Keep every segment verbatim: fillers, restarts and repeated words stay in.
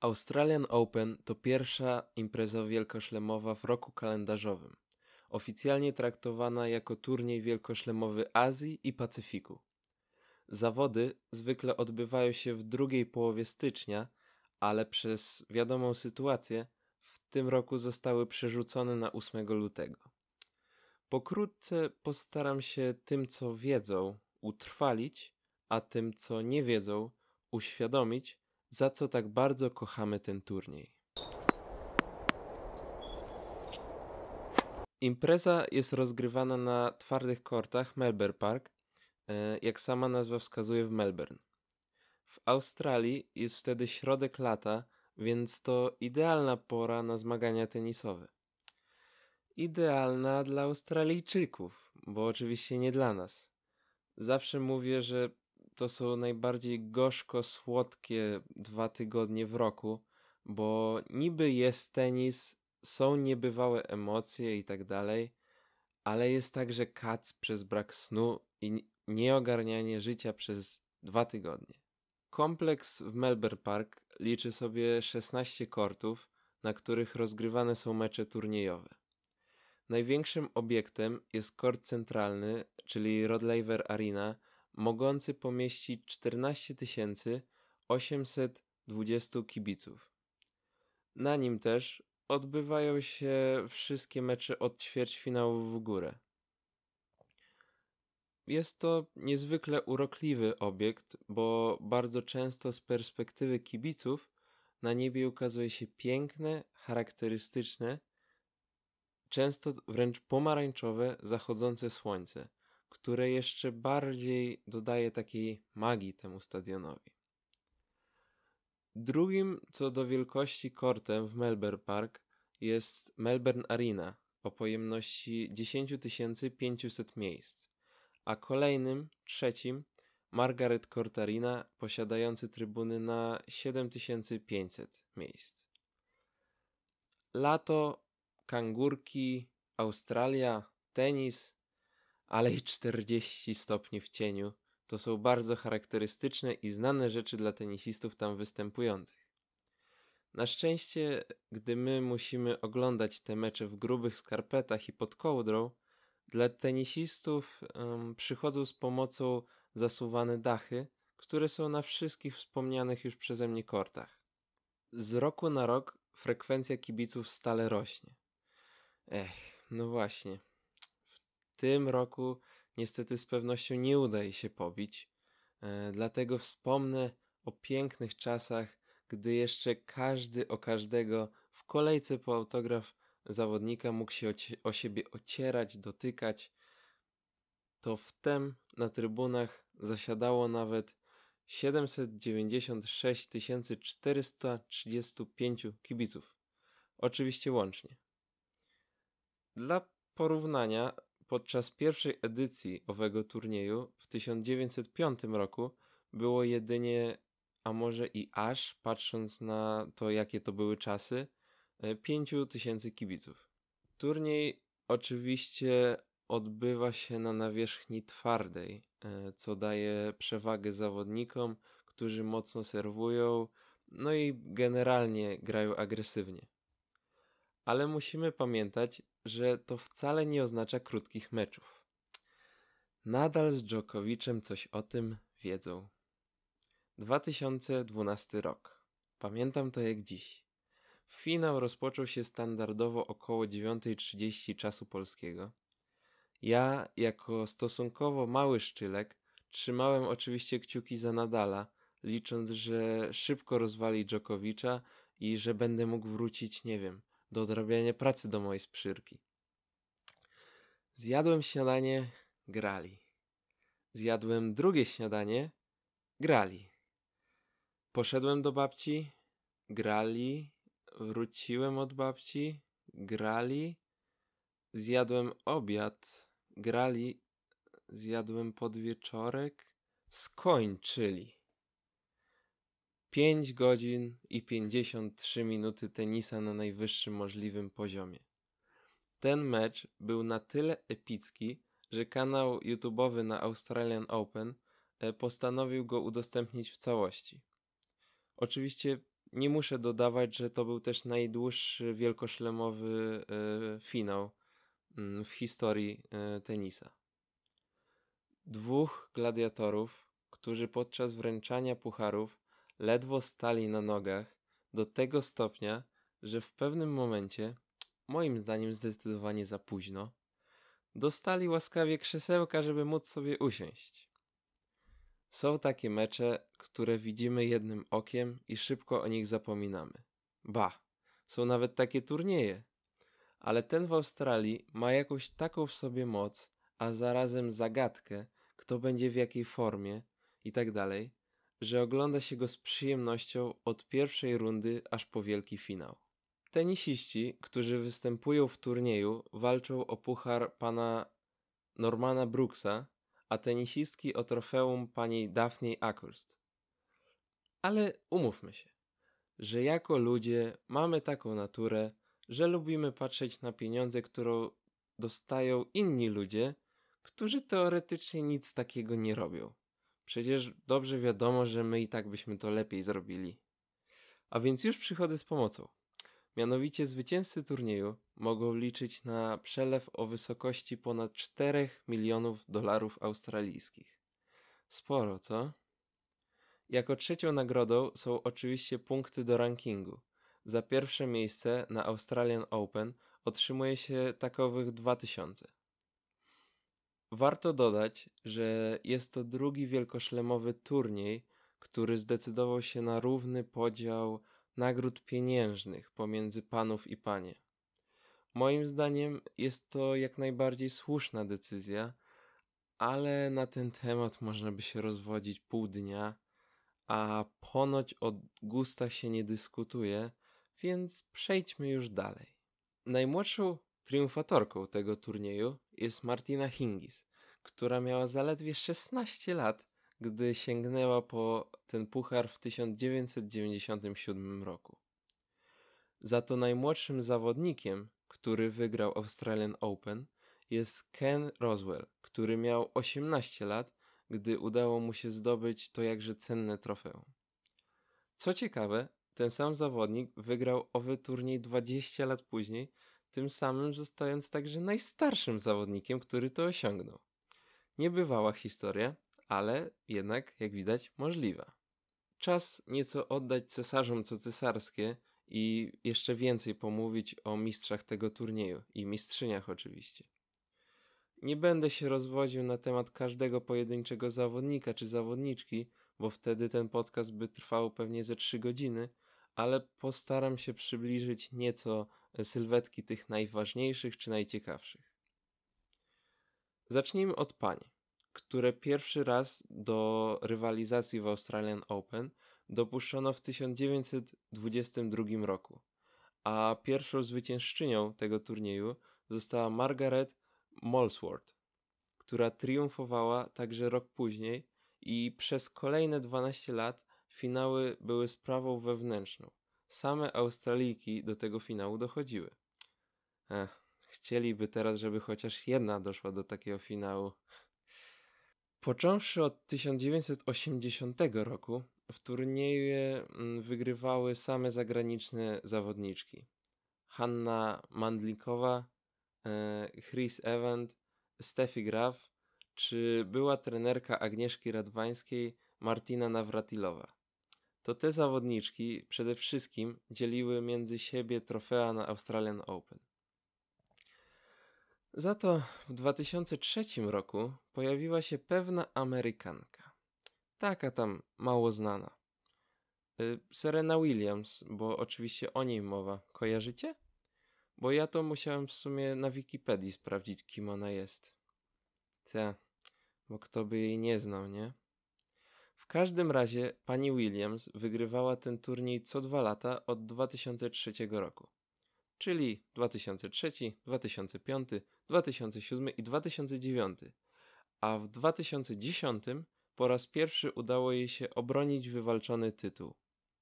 Australian Open to pierwsza impreza wielkoszlemowa w roku kalendarzowym, oficjalnie traktowana jako turniej wielkoszlemowy Azji i Pacyfiku. Zawody zwykle odbywają się w drugiej połowie stycznia, ale przez wiadomą sytuację w tym roku zostały przerzucone na ósmego lutego. Pokrótce postaram się tym, co wiedzą, utrwalić, a tym, co nie wiedzą, uświadomić, za co tak bardzo kochamy ten turniej. Impreza jest rozgrywana na twardych kortach Melbourne Park, jak sama nazwa wskazuje, w Melbourne. W Australii jest wtedy środek lata, więc to idealna pora na zmagania tenisowe. Idealna dla Australijczyków, bo oczywiście nie dla nas. Zawsze mówię, że to są najbardziej gorzko-słodkie dwa tygodnie w roku, bo niby jest tenis, są niebywałe emocje i tak dalej, ale jest także kac przez brak snu i nieogarnianie życia przez dwa tygodnie. Kompleks w Melbourne Park liczy sobie szesnaście kortów, na których rozgrywane są mecze turniejowe. Największym obiektem jest kort centralny, czyli Rod Laver Arena, mogący pomieścić czternaście tysięcy osiemset dwadzieścia kibiców. Na nim też odbywają się wszystkie mecze od ćwierćfinału w górę. Jest to niezwykle urokliwy obiekt, bo bardzo często z perspektywy kibiców na niebie ukazuje się piękne, charakterystyczne, często wręcz pomarańczowe zachodzące słońce, które jeszcze bardziej dodaje takiej magii temu stadionowi. Drugim co do wielkości kortem w Melbourne Park jest Melbourne Arena o pojemności dziesięć tysięcy pięćset miejsc, a kolejnym, trzecim, Margaret Court Arena posiadający trybuny na siedem tysięcy pięćset miejsc. Lato, kangurki, Australia, tenis, ale i czterdzieści stopni w cieniu to są bardzo charakterystyczne i znane rzeczy dla tenisistów tam występujących. Na szczęście, gdy my musimy oglądać te mecze w grubych skarpetach i pod kołdrą, dla tenisistów um, przychodzą z pomocą zasuwane dachy, które są na wszystkich wspomnianych już przeze mnie kortach. Z roku na rok frekwencja kibiców stale rośnie. Ech, no właśnie. W tym roku niestety z pewnością nie udaje się pobić, e, dlatego wspomnę o pięknych czasach, gdy jeszcze każdy o każdego w kolejce po autograf zawodnika mógł się o, cie- o siebie ocierać, dotykać. To wtem na trybunach zasiadało nawet siedemset dziewięćdziesiąt sześć tysięcy czterysta trzydzieści pięć kibiców. Oczywiście łącznie. Dla porównania, podczas pierwszej edycji owego turnieju w tysiąc dziewięćset piątym roku było jedynie, a może i aż, patrząc na to, jakie to były czasy, pięć tysięcy kibiców. Turniej oczywiście odbywa się na nawierzchni twardej, co daje przewagę zawodnikom, którzy mocno serwują, no i generalnie grają agresywnie. Ale musimy pamiętać, że to wcale nie oznacza krótkich meczów. Nadal z Djokoviczem coś o tym wiedzą. dwa tysiące dwunasty rok. Pamiętam to jak dziś. Finał rozpoczął się standardowo około dziewiąta trzydzieści czasu polskiego. Ja, jako stosunkowo mały szczylek, trzymałem oczywiście kciuki za Nadala, licząc, że szybko rozwali Djokovicza i że będę mógł wrócić, nie wiem, do odrabiania pracy domowej z Przyrki. Zjadłem śniadanie, grali. Zjadłem drugie śniadanie, grali. Poszedłem do babci, grali. Wróciłem od babci, grali. Zjadłem obiad, grali. Zjadłem podwieczorek, skończyli. pięć godzin i pięćdziesiąt trzy minuty tenisa na najwyższym możliwym poziomie. Ten mecz był na tyle epicki, że kanał YouTube'owy na Australian Open postanowił go udostępnić w całości. Oczywiście Nie muszę dodawać, że to był też najdłuższy wielkoszlemowy e, finał mm, w historii e, tenisa. Dwóch gladiatorów, którzy podczas wręczania pucharów ledwo stali na nogach do tego stopnia, że w pewnym momencie, moim zdaniem zdecydowanie za późno, dostali łaskawie krzesełka, żeby móc sobie usiąść. Są takie mecze, które widzimy jednym okiem i szybko o nich zapominamy. Ba, są nawet takie turnieje. Ale ten w Australii ma jakąś taką w sobie moc, a zarazem zagadkę, kto będzie w jakiej formie i tak dalej, że ogląda się go z przyjemnością od pierwszej rundy aż po wielki finał. Tenisiści, którzy występują w turnieju, walczą o puchar pana Normana Brooksa, a tenisistki o trofeum pani Daphne Akhurst. Ale umówmy się, że jako ludzie mamy taką naturę, że lubimy patrzeć na pieniądze, którą dostają inni ludzie, którzy teoretycznie nic takiego nie robią. Przecież dobrze wiadomo, że my i tak byśmy to lepiej zrobili. A więc już przychodzę z pomocą. Mianowicie zwycięzcy turnieju mogą liczyć na przelew o wysokości ponad czterech milionów dolarów australijskich. Sporo, co? Jako trzecią nagrodą są oczywiście punkty do rankingu. Za pierwsze miejsce na Australian Open otrzymuje się takowych dwa tysiące. Warto dodać, że jest to drugi wielkoszlemowy turniej, który zdecydował się na równy podział nagród pieniężnych pomiędzy panów i panie. Moim zdaniem jest to jak najbardziej słuszna decyzja, ale na ten temat można by się rozwodzić pół dnia, a ponoć o gustach się nie dyskutuje, więc przejdźmy już dalej. Najmłodszą triumfatorką tego turnieju jest Martina Hingis, która miała zaledwie szesnaście lat, gdy sięgnęła po ten puchar w tysiąc dziewięćset dziewięćdziesiątym siódmym roku. Za to najmłodszym zawodnikiem, który wygrał Australian Open, jest Ken Rosewall, który miał osiemnaście lat, gdy udało mu się zdobyć to jakże cenne trofeum. Co ciekawe, ten sam zawodnik wygrał owy turniej dwadzieścia lat później, tym samym zostając także najstarszym zawodnikiem, który to osiągnął. Niebywała historia, ale jednak, jak widać, możliwa. Czas nieco oddać cesarzom co cesarskie i jeszcze więcej pomówić o mistrzach tego turnieju i mistrzyniach oczywiście. Nie będę się rozwodził na temat każdego pojedynczego zawodnika czy zawodniczki, bo wtedy ten podcast by trwał pewnie ze trzy godziny, ale postaram się przybliżyć nieco sylwetki tych najważniejszych czy najciekawszych. Zacznijmy od pań, które pierwszy raz do rywalizacji w Australian Open dopuszczono w tysiąc dziewięćset dwudziestym drugim roku, a pierwszą zwyciężczynią tego turnieju została Margaret Molesworth, która triumfowała także rok później i przez kolejne dwanaście lat finały były sprawą wewnętrzną. Same Australijki do tego finału dochodziły. Ech, chcieliby teraz, żeby chociaż jedna doszła do takiego finału. Począwszy od tysiąc dziewięćset osiemdziesiątego roku w turnieju wygrywały same zagraniczne zawodniczki. Hanna Mandlikowa, Chris Evans, Steffi Graf czy była trenerka Agnieszki Radwańskiej Martina Nawratilowa. To te zawodniczki przede wszystkim dzieliły między siebie trofea na Australian Open. Za to w dwa tysiące trzecim roku pojawiła się pewna Amerykanka. Taka tam mało znana. Serena Williams, bo oczywiście o niej mowa. Kojarzycie? Bo ja to musiałem w sumie na Wikipedii sprawdzić, kim ona jest. Ta, bo kto by jej nie znał, nie? W każdym razie pani Williams wygrywała ten turniej co dwa lata od dwa tysiące trzeciego roku. Czyli dwa tysiące trzeci, dwa tysiące piąty, dwa tysiące siódmy i dwa tysiące dziewiąty. A w dwa tysiące dziesiątym po raz pierwszy udało jej się obronić wywalczony tytuł.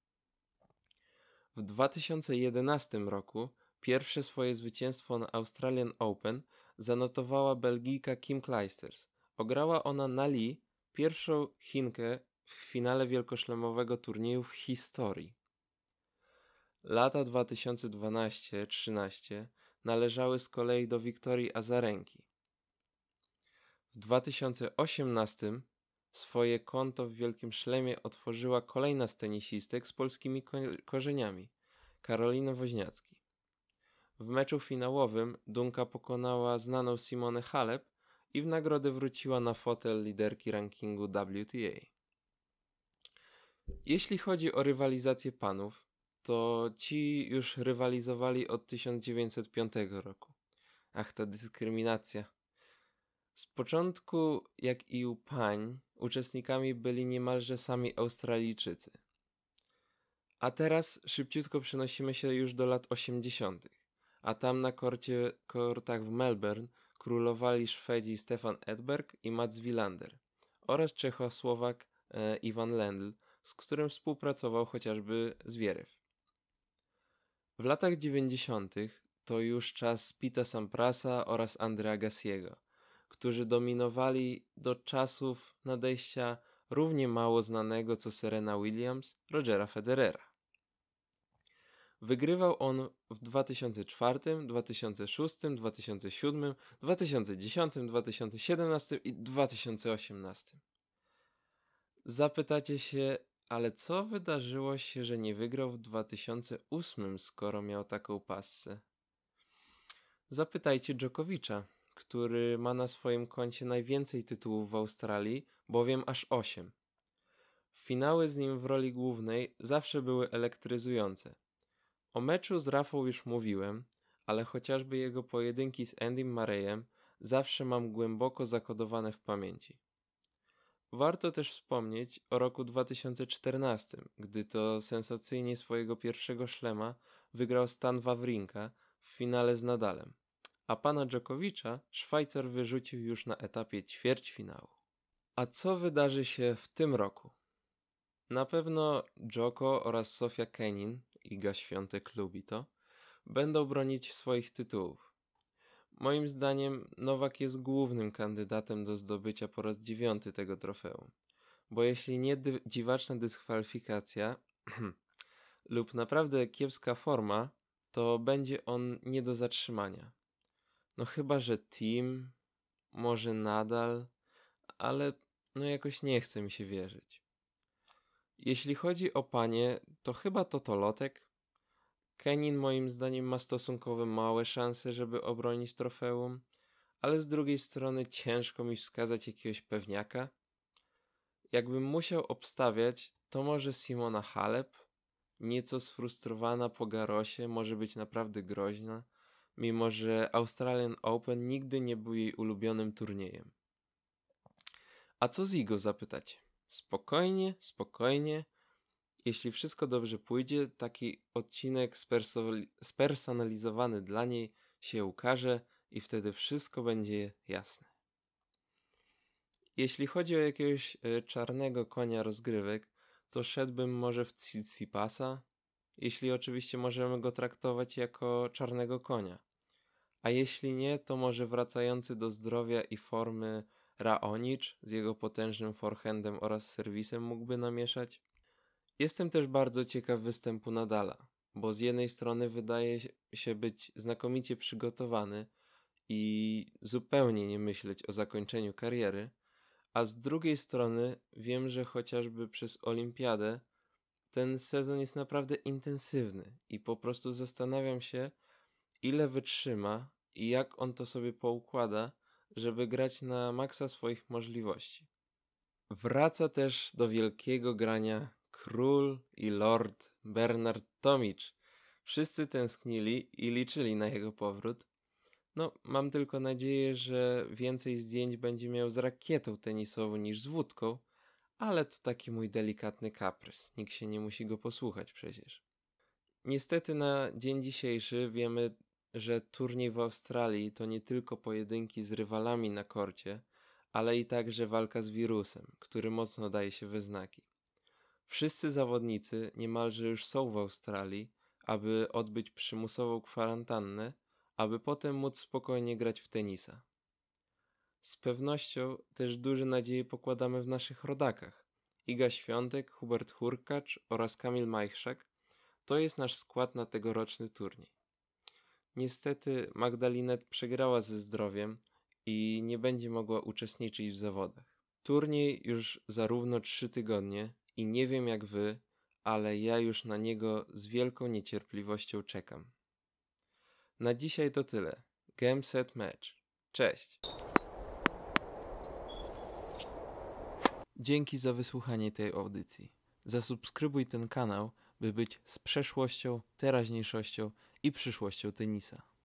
W dwa tysiące jedenastym roku pierwsze swoje zwycięstwo na Australian Open zanotowała Belgijka Kim Clijsters. Ograła ona Na Li, pierwszą Chinkę w finale wielkoszlemowego turnieju w historii. Lata dwa tysiące dwanaście do trzynaście należały z kolei do Wiktorii Azarenki. W dwa tysiące osiemnastym swoje konto w Wielkim Szlemie otworzyła kolejna z tenisistek z polskimi ko- korzeniami, Karolina Woźniacki. W meczu finałowym Dunka pokonała znaną Simonę Halep i w nagrodę wróciła na fotel liderki rankingu W T A. Jeśli chodzi o rywalizację panów, to ci już rywalizowali od tysiąc dziewięćset piątego roku. Ach, ta dyskryminacja. Z początku, jak i u pań, uczestnikami byli niemalże sami Australijczycy. A teraz szybciutko przenosimy się już do lat osiemdziesiątych, a tam na korcie, kortach w Melbourne królowali Szwedzi Stefan Edberg i Mats Wilander oraz Czechosłowak e, Ivan Lendl, z którym współpracował chociażby Zwierew. W latach dziewięćdziesiątych to już czas Pita Samprasa oraz Andrea Gassiego, którzy dominowali do czasów nadejścia równie mało znanego co Serena Williams, Rogera Federera. Wygrywał on w dwa tysiące czwartym, dwa tysiące szóstym, dwa tysiące siódmym, dwa tysiące dziesiątym, dwa tysiące siedemnastym i dwa tysiące osiemnastym. Zapytacie się, ale co wydarzyło się, że nie wygrał w dwa tysiące ósmym, skoro miał taką passę? Zapytajcie Dżokowicza, który ma na swoim koncie najwięcej tytułów w Australii, bowiem aż osiem. Finały z nim w roli głównej zawsze były elektryzujące. O meczu z Rafą już mówiłem, ale chociażby jego pojedynki z Andym Murrayem zawsze mam głęboko zakodowane w pamięci. Warto też wspomnieć o roku dwa tysiące czternastym, gdy to sensacyjnie swojego pierwszego szlema wygrał Stan Wawrinka w finale z Nadalem, a pana Dżokowicza Szwajcar wyrzucił już na etapie ćwierćfinału. A co wydarzy się w tym roku? Na pewno Dżoko oraz Sofia Kenin, Iga Świątek lubi to, będą bronić swoich tytułów. Moim zdaniem Nowak jest głównym kandydatem do zdobycia po raz dziewiąty tego trofeum, bo jeśli nie dy- dziwaczna dyskwalifikacja lub naprawdę kiepska forma, to będzie on nie do zatrzymania. No chyba, że Team, może Nadal, ale no jakoś nie chce mi się wierzyć. Jeśli chodzi o panie, to chyba Totolotek. Kenin moim zdaniem ma stosunkowo małe szanse, żeby obronić trofeum, ale z drugiej strony ciężko mi wskazać jakiegoś pewniaka. Jakbym musiał obstawiać, to może Simona Halep, nieco sfrustrowana po Garosie, może być naprawdę groźna, mimo że Australian Open nigdy nie był jej ulubionym turniejem. A co z Igo, zapytacie? Spokojnie, spokojnie. Jeśli wszystko dobrze pójdzie, taki odcinek sperso- spersonalizowany dla niej się ukaże i wtedy wszystko będzie jasne. Jeśli chodzi o jakiegoś y, czarnego konia rozgrywek, to szedłbym może w Tsitsipasa, jeśli oczywiście możemy go traktować jako czarnego konia. A jeśli nie, to może wracający do zdrowia i formy Raonic z jego potężnym forehandem oraz serwisem mógłby namieszać. Jestem też bardzo ciekaw występu Nadala, bo z jednej strony wydaje się być znakomicie przygotowany i zupełnie nie myśleć o zakończeniu kariery, a z drugiej strony wiem, że chociażby przez Olimpiadę ten sezon jest naprawdę intensywny i po prostu zastanawiam się, ile wytrzyma i jak on to sobie poukłada, żeby grać na maksa swoich możliwości. Wraca też do wielkiego grania król i lord Bernard Tomic. Wszyscy tęsknili i liczyli na jego powrót. No, mam tylko nadzieję, że więcej zdjęć będzie miał z rakietą tenisową niż z wódką, ale to taki mój delikatny kaprys. Nikt się nie musi go posłuchać przecież. Niestety na dzień dzisiejszy wiemy, że turniej w Australii to nie tylko pojedynki z rywalami na korcie, ale i także walka z wirusem, który mocno daje się we znaki. Wszyscy zawodnicy niemalże już są w Australii, aby odbyć przymusową kwarantannę, aby potem móc spokojnie grać w tenisa. Z pewnością też duże nadzieje pokładamy w naszych rodakach. Iga Świątek, Hubert Hurkacz oraz Kamil Majchrzak To jest nasz skład na tegoroczny turniej. Niestety Magdalinet przegrała ze zdrowiem i nie będzie mogła uczestniczyć w zawodach. Turniej już za równo trzy tygodnie i nie wiem jak wy, ale ja już na niego z wielką niecierpliwością czekam. Na dzisiaj to tyle. Game Set Match. Cześć! Dzięki za wysłuchanie tej audycji. Zasubskrybuj ten kanał, by być z przeszłością, teraźniejszością i przyszłością tenisa.